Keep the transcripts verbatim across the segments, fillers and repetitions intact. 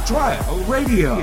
Try Radio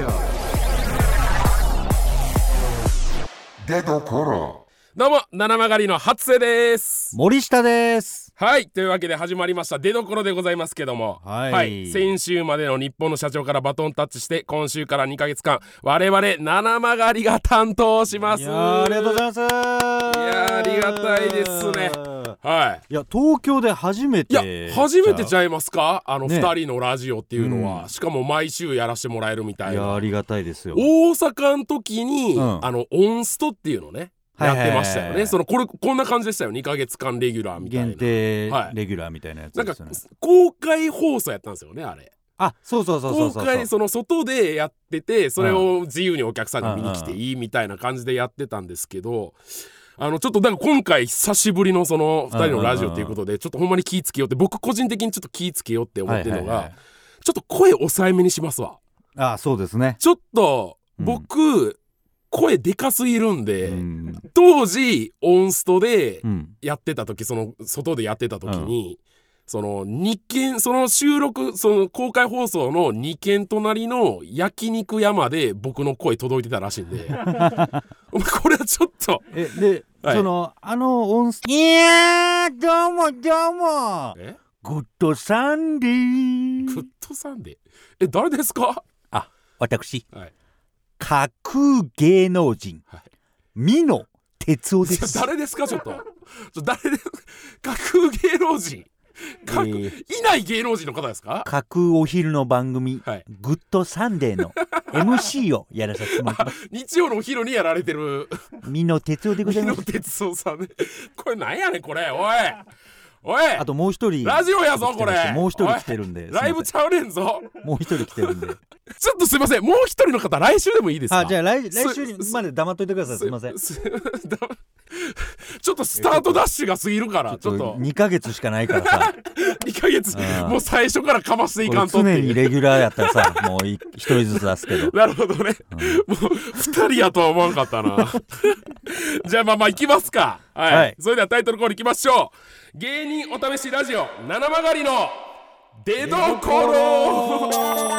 出どころ。 どうも七曲りの初瀬です。 森下です。 はい、というわけで始まりました出どころでございますけども、 はい、 はい、先週までの日本の社長からバトンタッチして今週からにかげつかん我々七曲りが担当します。 いやありがとうございます。いやありがたいですね。はい。 いや東京で初めていや初めてちゃいますか、あのね、 ふたりのラジオっていうのは、 うん、 しかも毎週やらせてもらえるみたいな。 いやありがたいですよ。 大阪の時に、うん、あのオンストっていうのねやってましたよね、はいはいはいはい、そのこれこんな感じでしたよ。にかげつかんレギュラーみたいな限定レギュラーみたいなやつですよね、 はい、なんか公開放送やったんですよねあれ。 あ、そうそうそうそうそう、 公開その外でやっててそれを自由にお客さんが見に来ていいみたいな感じでやってたんですけど、あのちょっとだから今回久しぶりのそのふたりのラジオということでちょっとほんまに気ぃつけようって、僕個人的にちょっと気ぃつけようって思ってるのが、はいはいはい、ちょっと声抑えめにしますわ。 あ、そうですね。 ちょっと僕、うん声でかすぎるんで、うん、当時オンストでやってた時、うん、その外でやってた時に、うん、そのにけんその収録その公開放送のにけん隣の焼肉屋まで僕の声届いてたらしいんでこれはちょっとえで、はい、そのあのオンストいやーどうもどうもえグッドサンデーグッドサンデーえ誰ですか。 あ、私、はい、架空芸能人、はい、美濃哲夫です。 誰ですかちょっとちょ誰です架空芸能人架空、えー、いない芸能人の方ですか。 架空お昼の番組、はい、グッドサンデーのエムシー をやらさせてもらってます日曜のお昼にやられてる美濃哲夫でございます。 美濃哲夫さんね。これなんやねんこれ。おいおい、 あともう一人ラジオやぞこれ。 もう一人来てるんでライブちゃうねんぞ。 もう一人来てるんでちょっとすいません、もう一人の方来週でもいいですか。 あ、じゃあ 来, 来週にまで黙っといてください。すいませんちょっとスタートダッシュが過ぎるからちょっとにかげつしかないからさにかげつもう最初からかましていかんとって常にレギュラーやったらさもう一人ずつ出すけどなるほどね、うん、もうふたりやとは思わんかったなじゃあまあまあいきますか、はいはい、それではタイトルコールいきましょう。芸人お試しラジオ七曲りの出どころ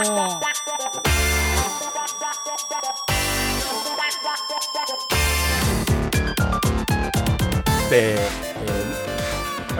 で、えー、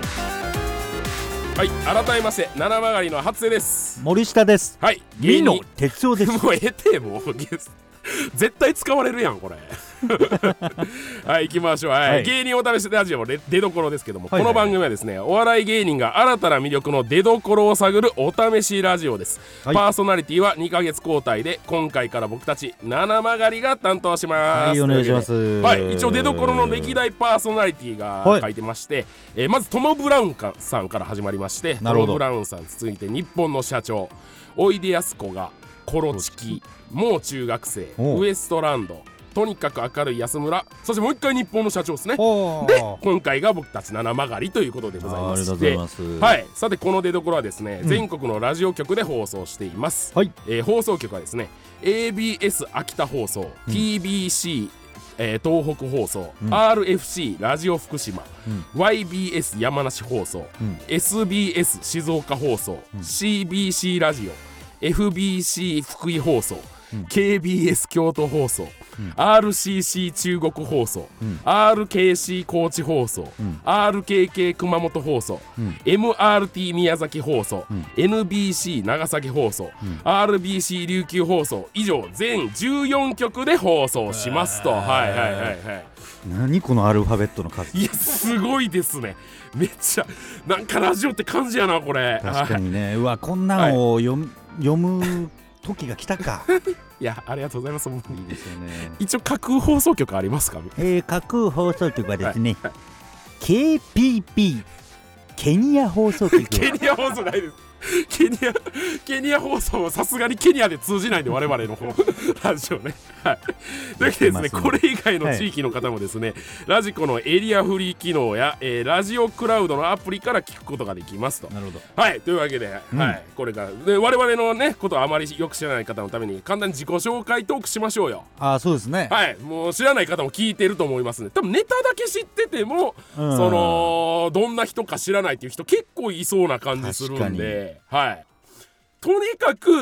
はいはい、改めまして七曲りの初瀬です。 森下です。 はい、 美濃哲夫です。 もうええてもう絶対使われるやんこれはい行きましょう、はいはい、芸人お試しラジオ出どころですけども、はいはいはい、この番組はですねお笑い芸人が新たな魅力の出どころを探るお試しラジオです、はい、パーソナリティはにかげつ交代で今回から僕たち七曲りが担当します。 はい、お願いします。 はい、一応出どころの歴代パーソナリティが書いてまして、はい、えー、まずトム・ブラウンさんから始まりまして、トム・ブラウンさん続いて日本の社長おいでやすこがコロチキもう中学生ウエストランドとにかく明るい安村、そしてもう一回日本の社長ですね。で今回が僕たち七曲りということでございまして、はい、さてこの出どころはですね、うん、全国のラジオ局で放送しています、はい、えー、放送局はですね エービーエス 秋田放送、うん、ティービーシー、えー、東北放送、うん、アールエフシー ラジオ福島、うん、ワイビーエス 山梨放送、うん、エスビーエス 静岡放送、うん、シービーシー ラジオ、エフビーシー 福井放送、うん、ケービーエス 京都放送、うん、アールシーシー 中国放送、うん、アールケーシー 高知放送、うん、アールケーケー 熊本放送、うん、エムアールティー 宮崎放送、うん、エヌビーシー 長崎放送、うん、アールビーシー 琉球放送、以上全じゅうよんきょくで放送しますと、はいはいはいはい。 何このアルファベットの数。 いやすごいですね。めっちゃなんかラジオって感じやなこれ。 確かにね、はい、うわこんなんを読む、はい、読む時が来たかいやありがとうございます。いいですよね。 一応架空放送局ありますか。 えー、架空放送局はですね、はいはい、ケーピーピー ケニア放送局ケニア放送ないです。ケニアケニア放送はさすがにケニアで通じないんで我々の方ラジオね、はい、というわけでですね、これ以外の地域の方もですね、はい、ラジコのエリアフリー機能や、えー、ラジオクラウドのアプリから聞くことができますと。なるほど。はい、というわけで、うん、はい、これからで我々のねことをあまりよく知らない方のために簡単に自己紹介トークしましょうよ。 あ、そうですね。 はい、もう知らない方も聞いてると思いますね。多分ネタだけ知ってても、うん、そのどんな人か知らないっていう人結構いそうな感じするんで、はい、とにかく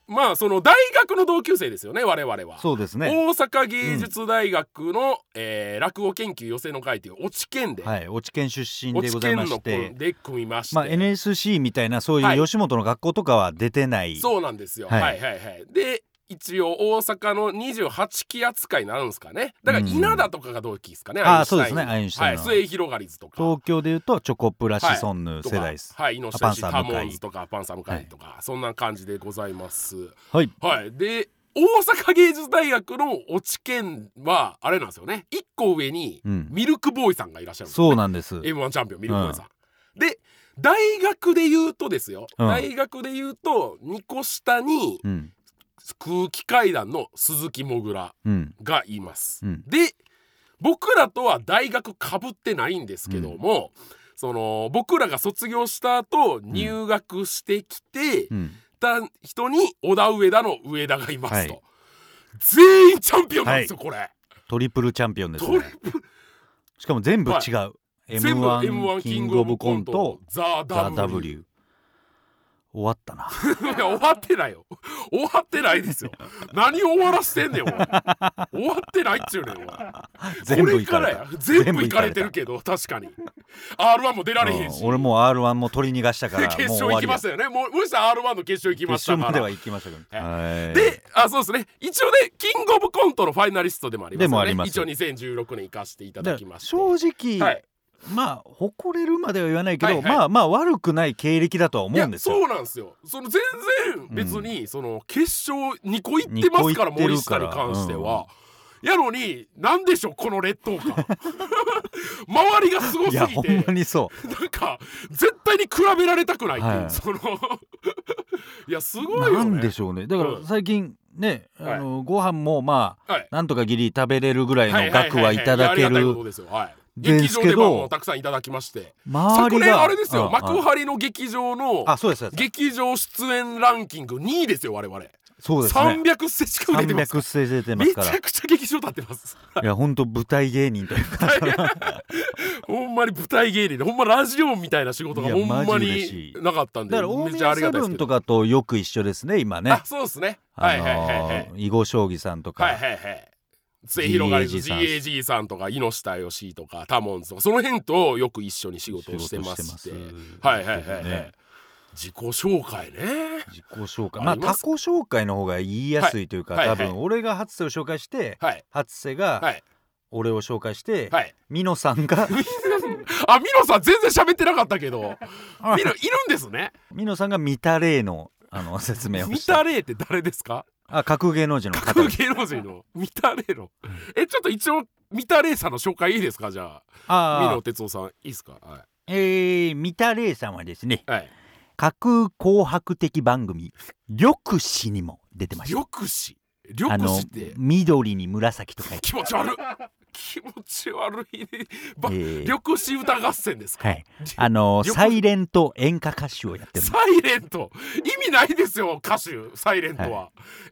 まあその大学の同級生ですよね我々は。 そうですね。 大阪芸術大学の、うんえー、落語研究寄せの会という越知県で、 はい、越知県出身でございまして、 越知県ので組みまして、 まあ、エヌエスシー みたいなそういう吉本の学校とかは出てない、 はい、そうなんですよ、 はい、 はいはいはいで一応大阪のにじゅうはちき扱いになるんですかね。だから稲田とかが同期ですかね、うん、 ああそうですねアインシュタインの、 はい、末広がりずとか東京でいうとチョコプラシソンヌ世代です、 はい、はい、パンサー向井とかパンサー向井とか、はい、そんな感じでございます。 はい、 はい、で大阪芸術大学の越知県はあれなんですよね。いっこ上にミルクボーイさんがいらっしゃるんです、ね、 そうなんです。 エムワン チャンピオンミルクボーイさん、うん、で大学で言うとですよ、うん、大学で言うとにこ下に、うん空気階段の鈴木もぐらがいます、うん、で僕らとは大学かぶってないんですけども、うん、その僕らが卒業した後入学してきて、うん、た人に小田上田の上田がいますと、はい、全員チャンピオンなんですよ、はい、これトリプルチャンピオンですね。しかも全部違う、はい、エムワンエムワン キングオブコントザ・ダブリュー終わったな。 いや終わってないよ終わってないですよ。何を終わらせてんねん終わってないっちゅうねん全部いかれた。 全部いかれてるけど確かに アールワン も出られへんし、 うん、俺もう アールワン も取り逃がしたから決勝行きましたよね。もうもしかしたら アールワン の決勝行きましたから決勝までは行きましたけど、 はい、であそうですね一応ねキングオブコントのファイナリストでもありますよね。でもあります。一応にせんじゅうろくねん行かせていただきまして正直、はいまあ誇れるまでは言わないけど、はいはい、まあまあ悪くない経歴だとは思うんですよ。 いやそうなんですよ。その全然別に、うん、その決勝にこ行ってますから森下に関しては、うん、やのになんでしょうこの劣等感周りがすごすぎていやほんまにそうなんか絶対に比べられたくないっていう、はい、そのいやすごいよね。 なんでしょうね。だから最近ね、うん、あのご飯もまあ、はい、なんとかギリ食べれるぐらいの額はいただける劇場でもたくさんいただきまして、昨年あれですよ、幕張の劇場の劇場出演ランキングにいですよ我々。 そうですね、 さんびゃくせしか売れてます。 さんびゃくせ出てますから、 めちゃくちゃ劇場立ってますいやほんと舞台芸人というかほんまに舞台芸人でほんまラジオみたいな仕事がほんまになかったんで、 だから大宮セブンとかとよく一緒ですね今ね。 あそうですね、はいはいはいはい、 囲碁将棋さんとか、 はいはいはい末広がりず ジーエージー さんとか井下義とかタモンズとかその辺とよく一緒に仕事をしてましてはいはいはいはい、ね、自己紹介ね自己紹介まあ他己紹介の方が言いやすいというか、はい、多分、はいはい、俺が初瀬を紹介して、はい、初瀬が俺を紹介して、はい、ミノさんがあミノさん全然喋ってなかったけどミノいるんですね。 ミノさんがミタレイのあの説明をした。ミタレイって誰ですか。 あ格芸能人の方格芸能人のミタレイのえちょっと一応ミタレイさんの紹介いいですか。じゃあミノ哲夫さんいいですか。はい、 えー、ミタレイさんはですね、はい、架空紅白的番組緑子にも出てました。 緑子緑子って緑に紫とか気持ち悪い気持ち悪い、ねえー、緑子歌合戦ですか。 はい、あのー、サイレント演歌歌手をやってる。 サイレント意味ないですよ歌手サイレントは、はい、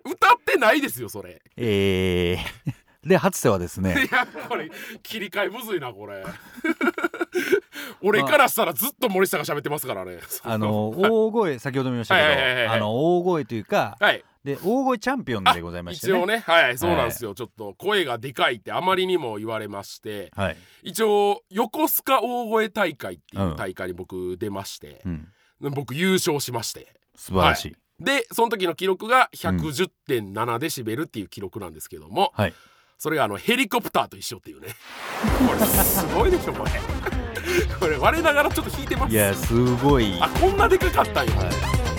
歌ってないですよそれ。 えー、で初瀬はですねいやこれ切り替えむずいなこれ俺からしたらずっと森下が喋ってますからね。 あのー、大声先ほど見ましたけど、はいはいはいはい、あの大声というか、はいで大声チャンピオンでございましてね。 一応ねはいそうなんですよ、はい、ちょっと声がでかいってあまりにも言われまして、はい、一応横須賀大声大会っていう大会に僕出まして、うん、僕優勝しまして素晴らしい、はい、 でその時の記録が ひゃくじゅってんなな デシベルっていう記録なんですけども、はい、それがあのヘリコプターと一緒っていうねこれすごいでしょこれこれ我ながらちょっと引いてます。 いやすごい。 あこんなでかかったんよ、はい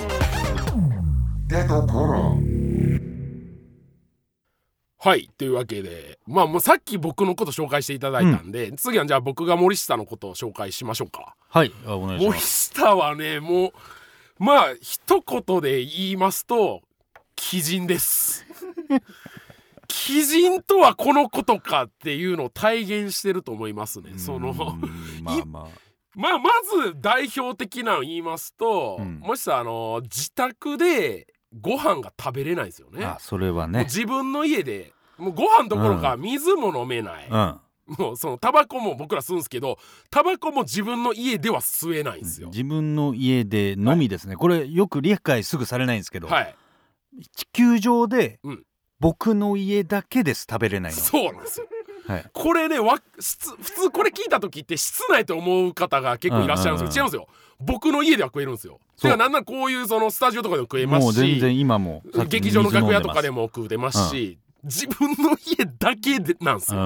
はいというわけでまあもうさっき僕のこと紹介していただいたんで、うん、次はじゃあ僕が森下のことを紹介しましょうか。 はいお願いします。 森下はねもうまあ一言で言いますと奇人です奇人とはこのことかっていうのを体現してると思いますね。そのまあまあまあまず代表的なの言いますと、うん、もしさあの自宅でご飯が食べれないんですよね。 あそれはね自分の家でもうご飯どころか水も飲めない、うん、もうそのタバコも僕ら吸うんですけどタバコも自分の家では吸えないんですよ。 自分の家でのみですね、はい、これよく理解すぐされないんですけど、はい、 地球上で僕の家だけです食べれないの。 そうなんですよ、 はい、 これねわ普通これ聞いた時って室内と思う方が結構いらっしゃるんですけど、うんうんうん、違うんですよ。僕の家では食えるんですよ。てかなんならこういうそのスタジオとかでも食えますし、 もう全然今も劇場の楽屋とかでも食えますし、うん、自分の家だけでなんですよ、うん、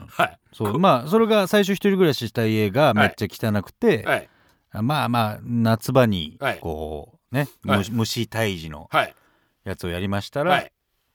はい。 そうまあそれが最初一人暮らしした家がめっちゃ汚くて、はいはい、まあまあ夏場にこうね、はい、虫退治のやつをやりましたら、はい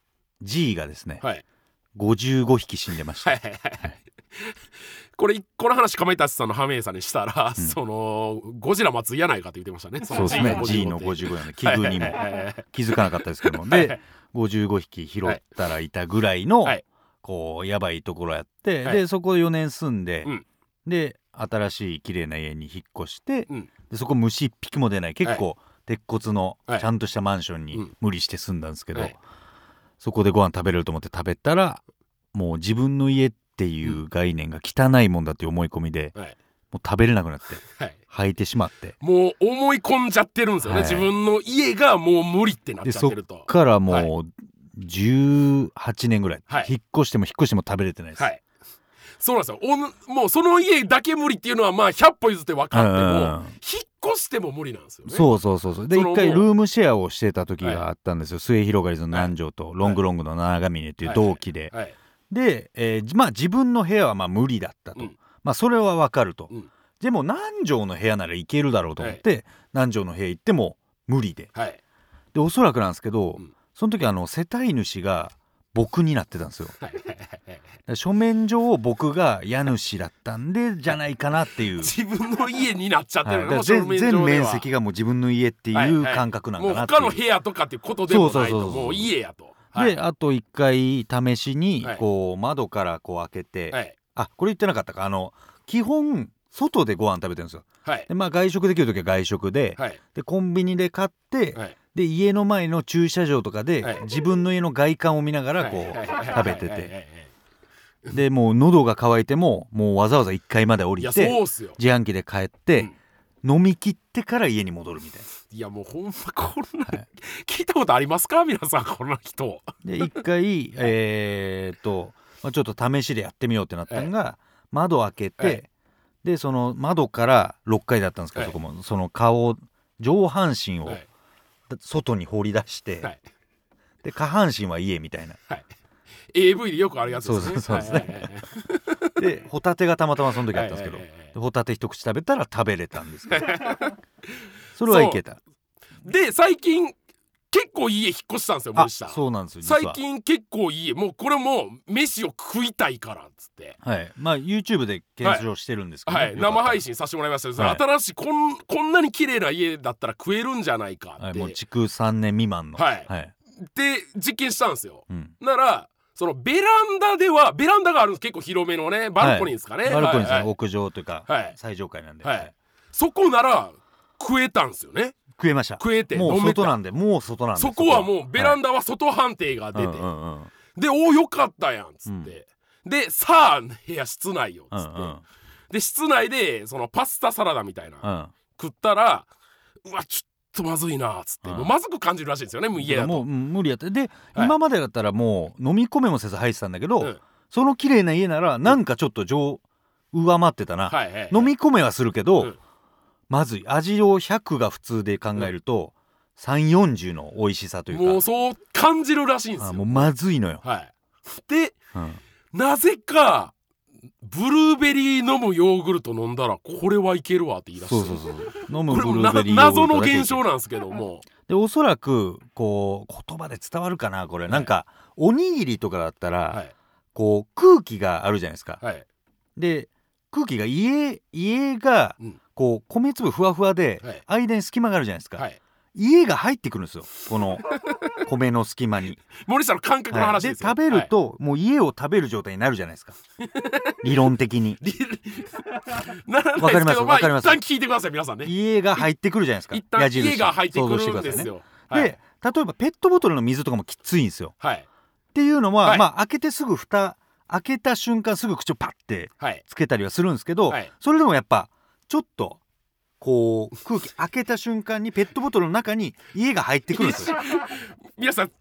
、G がですね、はい、ごじゅうごひき死んでました、はいはいはいはい、 これこの話亀井達さんのハメイさんにしたら、うん、そのゴジラ松井やないかって言ってましたね。 そうですね G のごじゅうごなんで器具にも気づかなかったですけどもでごじゅうごひき拾ったらいたぐらいの、はい、こうやばいところやって、はい、でそこよねん住んで、うん、で新しい綺麗な家に引っ越して、うん、でそこ虫一匹も出ない結構、はい、鉄骨のちゃんとしたマンションに無理して住んだんですけど、はい、そこでご飯食べれると思って食べたらもう自分の家っていう概念が汚いもんだっていう思い込みで、はい、もう食べれなくなって、はい、吐いてしまってもう思い込んじゃってるんですよね、はい、自分の家がもう無理ってなっちゃってると。 でそっからもうじゅうはちねんぐらい、はい、引っ越しても引っ越しても食べれてないです、はい、 そうなんですよ。おもうその家だけ無理っていうのはまあひゃっぽ譲って分かっても、うん、引っ越しても無理なんですよね。 そうそうそうそうで一回ルームシェアをしてた時があったんですよ、はい、末広がりの南條とロングロングの長峰っていう同期で、はいはいはいはい、で、えー、まあ自分の部屋はまあ無理だったと、うん、まあそれは分かると、うん、でも南條の部屋なら行けるだろうと思って、はい、南條の部屋行っても無理で、はい、でおそらくなんですけど、うん、その時あの世帯主が僕になってたんですよ書面上僕が家主だったんでじゃないかなっていう自分の家になっちゃってるの、はい、 全, 全面積がもう自分の家っていう感覚なんだなっていう、 はいはい、もう他の部屋とかっていうことでもないともう家やと、 はい、であと一回試しにこう窓からこう開けて、はい、あこれ言ってなかったかあの基本外でご飯食べてるんですよ、はい、でまあ外食できる時は外食で、はい、でコンビニで買って、はい、で家の前の駐車場とかで、はい、自分の家の外観を見ながらこう、はい、食べててでもう喉が渇いてももうわざわざいっかいまで降りて自販機で帰って、うん、飲み切ってから家に戻るみたいな。 いやもうほんまこんな、はい、聞いたことありますか皆さんこんな人で一回えーっと、まあ、ちょっと試しでやってみようってなったのが、はい、窓開けて、はい、でその窓からろっかいだったんですけど、はい、そこもその顔上半身を、はい、外に放り出して、はい、で下半身は家みたいな、はい、 エーブイ でよくあるやつですね。 そうそうそうですねでホタテがたまたまその時あったんですけど、はいはいはいはい、ホタテ一口食べたら食べれたんですけどそれはいけた。 で最近結構いい家引っ越したんですよ森下。 そうなんですよ。 最近結構いい家もうこれも飯を食いたいからっつって、 はいまあ YouTube で検証してるんですけど、ねはいはい、生配信させてもらいましたけど、はい、新しいこんこんなに綺麗な家だったら食えるんじゃないかって、はい、 もう築さんねん未満の、 はいはい、で実験したんですよ、うん、ならそのベランダではベランダがあるんです結構広めのねバルコニーですかね、はい、 バルコニーですね、はいはい、屋上というか、はい、最上階なんで、はいはい、 そこなら食えたんですよね。 食えました。 食えてもう外なんでもう外なんでそこはもうベランダは外判定が出て、はいうんうんうん、でおーよかったやんっつって、うん、でさあ部屋室内よっつって、うんうん、で室内でそのパスタサラダみたいな、うん、食ったらうわちょっとまずいなっつって、うん、もうまずく感じるらしいんですよねもう家だと。 もう無理やってで、はい、今までだったらもう飲み込めもせず入ってたんだけど、うん、その綺麗な家ならなんかちょっと上上回ってたな、はいはいはい、飲み込めはするけど、うん、まずい味をひゃくが普通で考えると、うん、さんじゅうよんじゅうの美味しさというかもうそう感じるらしいんですよ。 あもうまずいのよ、 はい、で、うん、なぜかブルーベリー飲むヨーグルト飲んだらこれはいけるわって言い出して、そうそうそう飲むブルーベリーヨーグルト謎の現象なんですけどもでおそらくこう言葉で伝わるかなこれ、はい、なんかおにぎりとかだったら、はい、こう空気があるじゃないですか、はい、で空気が家家が、うんこう米粒ふわふわで、はい、間に隙間があるじゃないですか、はい、家が入ってくるんですよこの米の隙間に森下の感覚の話ですよ、 はい、で食べると、はい、もう家を食べる状態になるじゃないですか理論的にならないですけどわかりますわかります、まあ、一旦聞いてください皆さんね。 家が入ってくるじゃないですか。 一旦家が入ってくるんですよ、 はい、で例えばペットボトルの水とかもきついんですよ、はい、っていうのは、はい、まあ開けてすぐ蓋開けた瞬間すぐ口をパッてつけたりはするんですけど、はい、それでもやっぱちょっとこう空気開けた瞬間にペットボトルの中に家が入ってくるんですよ皆さん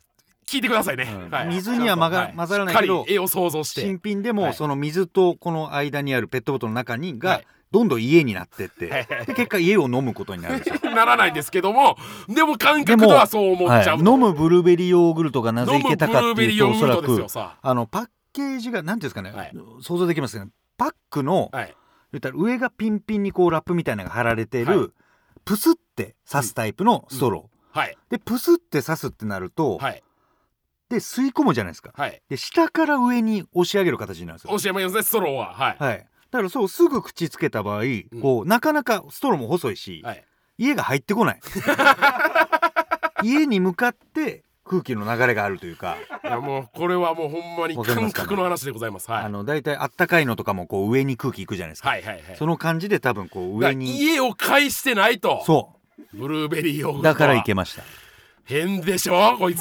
聞いてくださいね、 うんはい、 水には混が、混ざらないけど、 絵を想像して新品でも、はい、その水とこの間にあるペットボトルの中にが、はい、どんどん家になってって、はい、で結果家を飲むことになるんですよ。 ならないんですけども、でも感覚ではそう思っちゃう、 はい、飲むブルーベリーヨーグルトがなぜいけたかっていうと、おそらくあのパッケージがなんていうんですかね、はい、想像できますね。パックの、はい、言ったら上がピンピンにこうラップみたいなのが貼られてる、はい、プスって刺すタイプのストロー、うんうんはい、でプスって刺すってなると、はい、で吸い込むじゃないですか、はい、で下から上に押し上げる形になるんですよ。 押し上げますね、ストローは、はいはい、だからそうすぐ口つけた場合、うん、こうなかなかストローも細いし、はい、家が入ってこない家に向かって空気の流れがあるというか、 いやもうこれはもうほんまに感覚の話でございます。はい、 あのだいたいあったかいのとかもこう上に空気いくじゃないですか、はいはいはい、その感じで多分こう上に家を介してないと。 そうブルーベリーヨーグルトだからいけました。 変でしょこいつ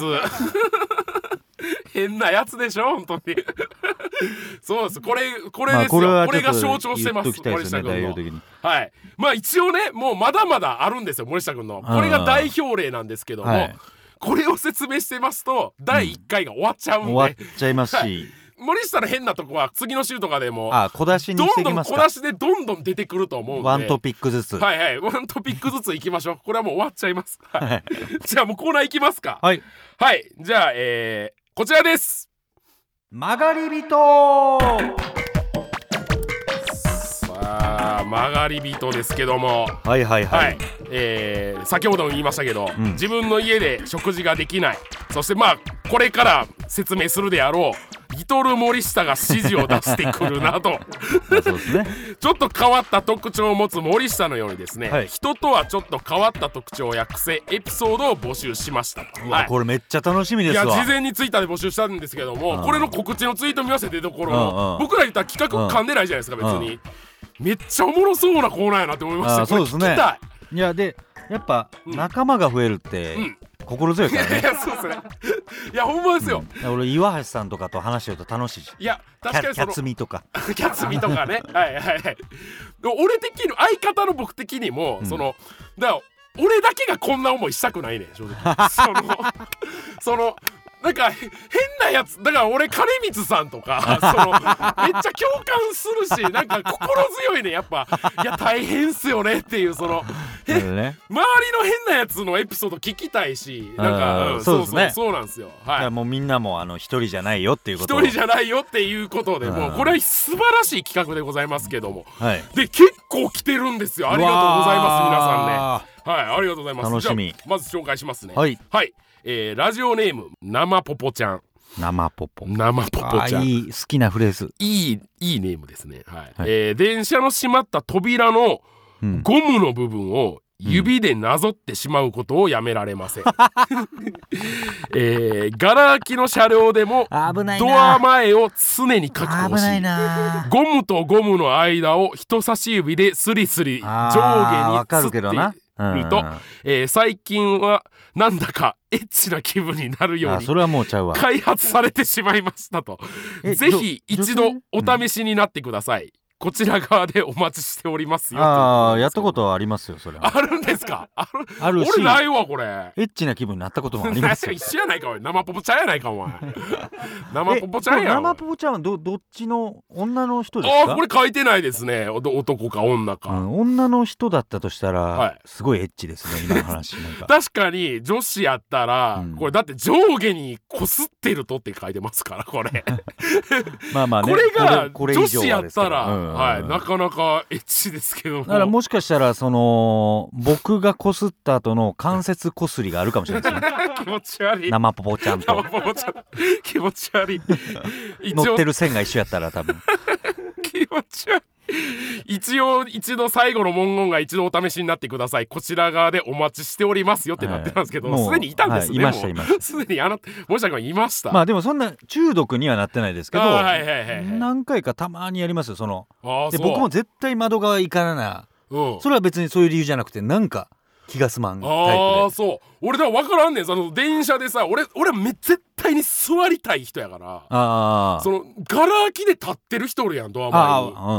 変なやつでしょ本当にそうです、これこれですよ、まあ、これが象徴してます、森下君の。はい、まあ一応ねもうまだまだあるんですよ森下君の。これが代表例なんですけども、はい、これを説明してますとだいいっかいが終わっちゃうんで、うん、 終わっちゃいますし、はい、 森下の変なとこは次の週とかでもあ小出しにしてきますか。 どんどん小出しでどんどん出てくると思うんで、 ワントピックずつ、 はいはい、ワントピックずついきましょう。これはもう終わっちゃいます、はい、じゃあもうコーナーいきますか。 はいはい、じゃあ、えー、こちらです。 曲がり人。 さあ曲がり人ですけども、 はいはいはい、はい、 えー、先ほども言いましたけど、うん、自分の家で食事ができない、そしてまあこれから説明するであろうリトル森下が指示を出してくるなどそうですね、 ちょっと変わった特徴を持つ森下のようにですね、はい、人とはちょっと変わった特徴や癖エピソードを募集しました。 うわ、はい、これめっちゃ楽しみですわ。 いや事前にツイッターで募集したんですけども、これの告知のツイート見ませてところ、僕ら言ったら企画噛んでないじゃないですか別に。めっちゃおもろそうなコーナーやなって思いました。 そうですね。いやでやっぱ仲間が増えるって、うんうん心強いからね。 いやそうですね。いやほんまですよ、 うん、俺岩橋さんとかと話してると楽しいし。 いや確かにそのキャツミとかキャツミとかねはいはいはい。俺的に相方の僕的にも、うん、そのだから俺だけがこんな思いしたくないね正直そのそのなんか変なやつだから俺金光さんとかそのめっちゃ共感するしなんか心強いねやっぱ。いや大変っすよねっていうその、ね、周りの変なやつのエピソード聞きたいしなんか、うん、そうですね、そうそうそうなんですよ。はい、 もうみんなもあの一人じゃないよっていうこと一人じゃないよっていうことでもうこれは素晴らしい企画でございますけども、はい、で結構来てるんですよ。ありがとうございます皆さんね。はいありがとうございます。 楽しみ。 じゃあまず紹介しますね。 はい、 はいえー、ラジオネーム生ポポちゃん。 生ポポ生ポポちゃん、 いい好きなフレーズ。 いいいいネームですね。はいはいえー、電車の閉まった扉のゴムの部分を指でなぞってしまうことをやめられません、うんえー、ガラ空きの車両でもドア前を常に確保しゴムとゴムの間を人差し指でスリスリ上下につっていると、えー、最近はなんだかエッチな気分になるようにそれはもうちゃうわ開発されてしまいましたと。ぜひ一度お試しになってください、うん、こちら側でお待ちしておりますよ。 ああやったことはありますよそれは。 あるんですか。あるあるし俺ないわこれ。 エッチな気分になったこともありますよ。 一緒やないかおい生ポポちゃんやないかお前生ポポちゃんや。 生ポポちゃんは ど, どっちの女の人ですか。 あこれ書いてないですね。男か女か、 うん、女の人だったとしたら、はい、すごいエッチですね今の話なんか確かに女子やったら、うん、これだって上下にこすってるとって書いてますからこれまあまあねこれが女子やったら、うんうんうん、はいなかなかエッチですけども。 だからもしかしたらその僕がこすった後の関節こすりがあるかもしれないですね気持ち悪い生ポポちゃんと生ポポちゃん気持ち悪い乗ってる線が一緒やったら多分気持ち悪い。一応一度最後の文言が一度お試しになってくださいこちら側でお待ちしておりますよってなってたんですけどすで、はい、にいたんですね、 はい、いましたいましたすでにあの森下君いました。 まあでもそんな中毒にはなってないですけど、 はいはいはいはい、 何回かたまにやりますよそのあで僕も絶対窓側行かな、うん、それは別にそういう理由じゃなくてなんか気が済まんタイプで。 ああそう俺だから分からんねんその電車でさ俺俺め絶対に座りたい人やからあそのガラ空きで立ってる人おるやんドア前に あ,、うん、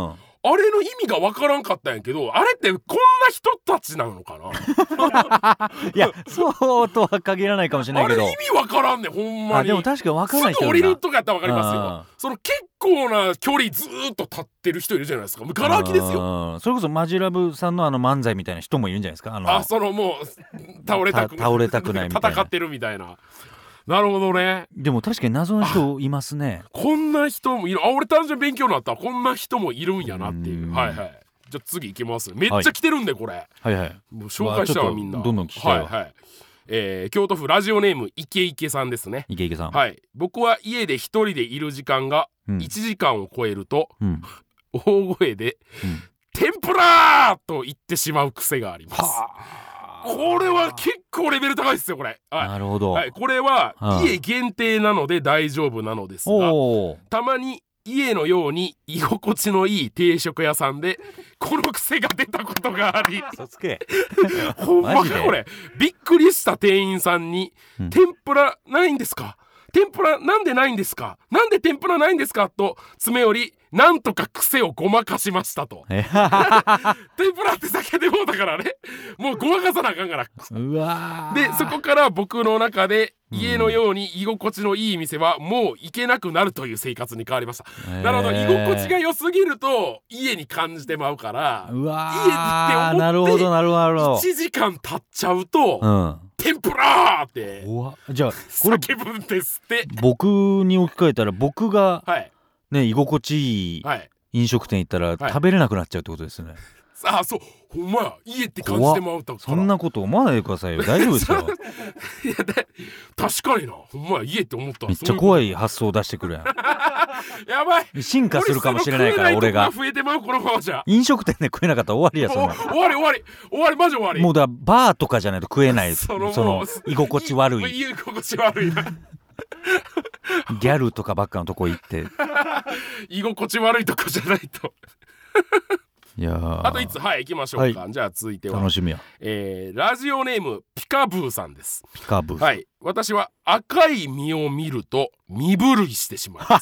あれの意味がわからんかったんやけど、あれってこんな人たちなのかないやそうとは限らないかもしれないけど、 あれ意味わからんねほんまに。 あでも確かにわからない人いるな。 すぐ降りるとかやったらわかりますよ。その結構な距離ずーっと立ってる人いるじゃないですか。ガラ空きですよ。 それこそマジラブさんのあの漫才みたいな人もいるんじゃないですか。あのあそのもう倒れたく倒れたくないみたいな戦ってるみたいな。なるほどね。 でも確かに謎の人いますね。 こんな人もいる。あ俺単純に勉強になった。こんな人もいるんやなっていう。はいはい。じゃあ次行きます。めっちゃ来てるんでこれ。 はいはい。 もう紹介したわみんな。 どんどん聞きたいわ。 はいはい。えー、京都府ラジオネームイケイケさんですね。 イケイケさん。 はい。僕は家で一人でいる時間がいちじかんを超えると、うん、大声で、うん、天ぷらーと言ってしまう癖があります。はこれは結構レベル高いですよこれ、はい、 なるほど、 はい、これは家限定なので大丈夫なのですが、たまに家のように居心地のいい定食屋さんでこの癖が出たことがありほんまかこれびっくりした店員さんに、うん、天ぷらないんですか、天ぷらなんでないんですか、なんで天ぷらないんですかと詰め寄り、なんとか癖をごまかしましたと天ぷらって叫んでもうたからね、もうごまかさなあかんから。 うわでそこから僕の中で家のように居心地のいい店はもう行けなくなるという生活に変わりました。なるほど、居心地が良すぎると家に感じてまうから、 うわ家って思なるほどなるほどいちじかん経っちゃうと、うん、天ぷらーってうわじゃあこれ叫ぶんですって。 僕に置き換えたら僕が、 はいね、居心地いい飲食店行ったら食べれなくなっちゃうってことですね、はい、 ああそうほんまや家って感じてまうとそんなこと思わないでくださいよ大丈夫ですよいや確かになほんまや家って思ったらめっちゃ怖い発想を出してくるやんやばい進化するかもしれないから俺が増えてまうこのままじゃ飲食店で食えなかったら終わりやそんな終わり終わり終わりマジ終わりもうだバーとかじゃないと食えないその、その居心地悪い居心地悪いなギャルとかばっかのとこ行って居心地悪いとこじゃないといやあといつはい行きましょうか、はい、じゃあ続いては楽しみや、 えー、ラジオネームピカブーさんです。 ピカブーはい私は赤い実を見ると身震いしてしまいます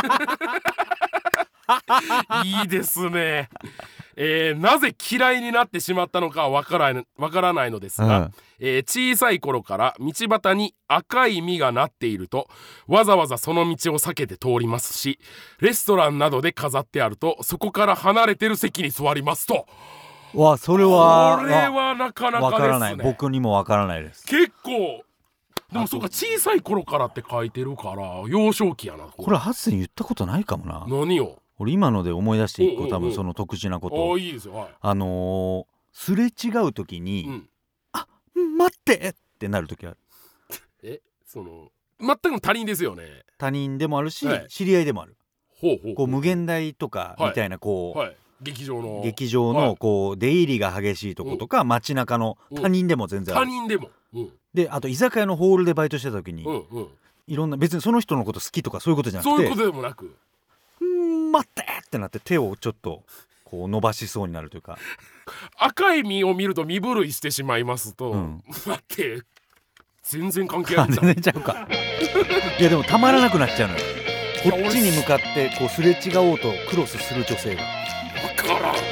いいですね、えー、なぜ嫌いになってしまったのかわからない、わからないのですが、うんえー、小さい頃から道端に赤い実がなっているとわざわざその道を避けて通りますし、レストランなどで飾ってあるとそこから離れてる席に座りますと。 わそれはこれはなかなかですね。わからない僕にもわからないです。 結構でもそうか小さい頃からって書いてるから幼少期やな。 これハッセン言ったことないかもな。 何よ俺今ので思い出して一個多分その特殊なこと。 あいいですよ、はい、 あのー、すれ違う時に、うん、あ待ってってなる時ある。 えその全く他人ですよね。 他人でもあるし、はい、知り合いでもある。 ほうほうほうこう無限大とかみたいなこう、はいはい、 劇場の劇場のこう出入りが激しいとことか、うん、街中の他人でも全然ある。 他人でも、うん、 であと居酒屋のホールでバイトしてた時に、うんうん、いろんな別にその人のこと好きとかそういうことじゃなくてそういうことでもなくん待ってってなって手をちょっとこう伸ばしそうになるというか赤い実を見ると身震いしてしまいますと、うん、待って全然関係ないんだ全然ちゃうかいやでもたまらなくなっちゃうのよ。こっちに向かってこうすれ違おうとクロスする女性が分からん。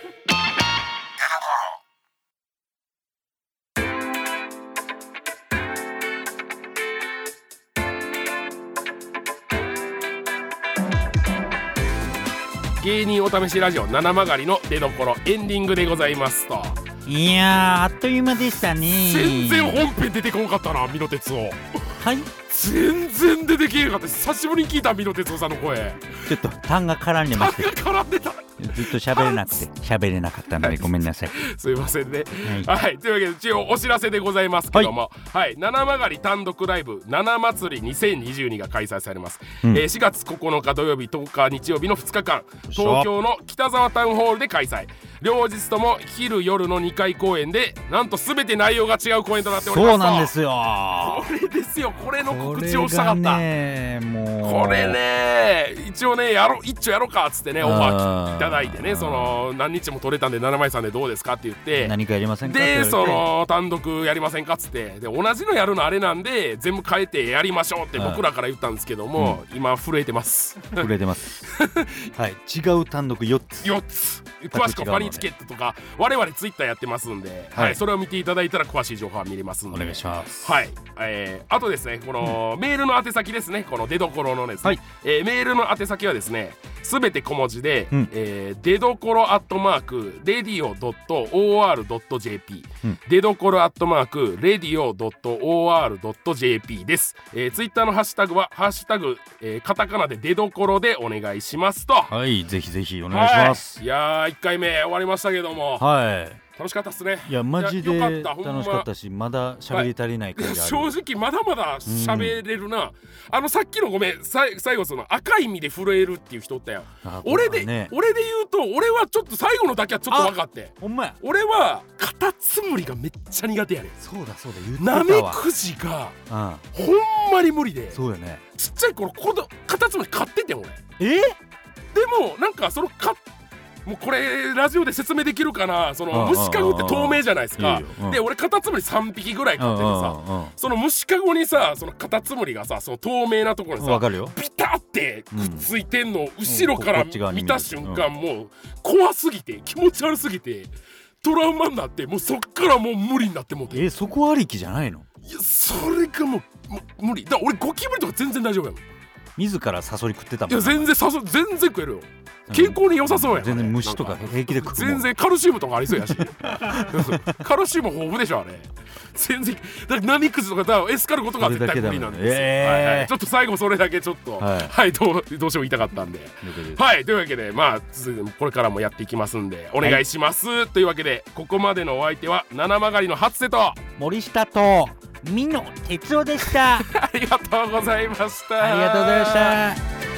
芸人お試しラジオ七曲りの出所エンディングでございますと。 いやーあっという間でしたね。 全然本編出てこなかったな。ミノテツオはい全然出てけえかった。久しぶりに聞いたミノテツオさんの声。 ちょっと痰が絡んでまして痰が絡んでたずっと喋れなくて喋れなかったのでごめんなさいすいませんね、はい、はい、というわけで一応お知らせでございますけども、はい、はい、七曲り単独ライブ七祭りにせんにじゅうにが開催されます、うん、えー、しがつここのか土曜日とおか日曜日のふつかかん東京の北沢タウンホールで開催。両日とも昼夜のにかい公演でなんと全て内容が違う公演となっております。 そうなんですよ。 これですよ。これの告知をしたかった。 これがねもうこれね一応ねやろ一丁やろうかっつってねオファーいたただいてね、その何日も取れたんでななまいさんでどうですかって言って、 何かやりませんかでその単独やりませんかっつって、で同じのやるのあれなんで全部変えてやりましょうって僕らから言ったんですけども、うん、今震えてます震えてますはい違う単独よっつよっつ詳しくはファニーチケットとか我々ツイッターやってますんで、はいはい、それを見ていただいたら詳しい情報は見れますんでお願いします。 はい、えー、あとですねこの、うん、メールの宛先ですね、この出どころのですね、はい、えー、メールの宛先はですねすべて小文字で、うん、えー、出どころアットマークレディオ ドット オーアール ドット ジェーピー、うん、出どころアットマークレディオ ドット オーアール ドット ジェーピー です、えー、ツイッターのハッシュタグはハッシュタグ、えー、カタカナで出どころでお願いしますと。 はい、ぜひぜひお願いします、 はい、いやーいっかいめ終わりましたけども、 はい楽しかったっすね。 いやマジで楽しかったし、まだ喋り足りない感じある、 正直まだまだ喋れるな、うん、あのさっきのごめん最後その赤い実で震えるっていう人おったよ。俺で、ね、俺で言うと俺はちょっと最後のだけはちょっと分かって、 ほんまや俺はカタツムリがめっちゃ苦手やねん。 そうだそうだ言ってたわ。 ナメクジが、うん、ほんまに無理で。 そうよね、 ちっちゃい頃カタツムリ飼っててん俺。 えでもなんかその飼ってもうこれラジオで説明できるかな、その虫かごって透明じゃないですか。で俺カタツムリさんびきぐらい飼っててさ、その虫かごにさそのカタツムリがさその透明なところにさビタってくっついてんの、うん、後ろから見た瞬間、うん、もう怖すぎて気持ち悪すぎてトラウマになって、もうそっからもう無理になってもうて。 えそこありきじゃないの？ いやそれがもう、もう無理だ。俺ゴキブリとか全然大丈夫やもん。 自らサソリ食ってたもん。 いや全然サソリ全然食えるよ。健康に良さそうやん。 全然虫とか平気で食う。 全然カルシウムとかありそうやしカルシウム豊富でしょあれ。全然だからナミクジとかエスカルゴとかは絶対無理なんですよ、えーはいはい、ちょっと最後それだけちょっとはい、はい、ど, うどうしても言いたかったんで、はいというわけでまあこれからもやっていきますんでお願いします、はい、というわけでここまでのお相手は七曲の初瀬と森下と美濃哲夫でしたありがとうございました。 ありがとうございました。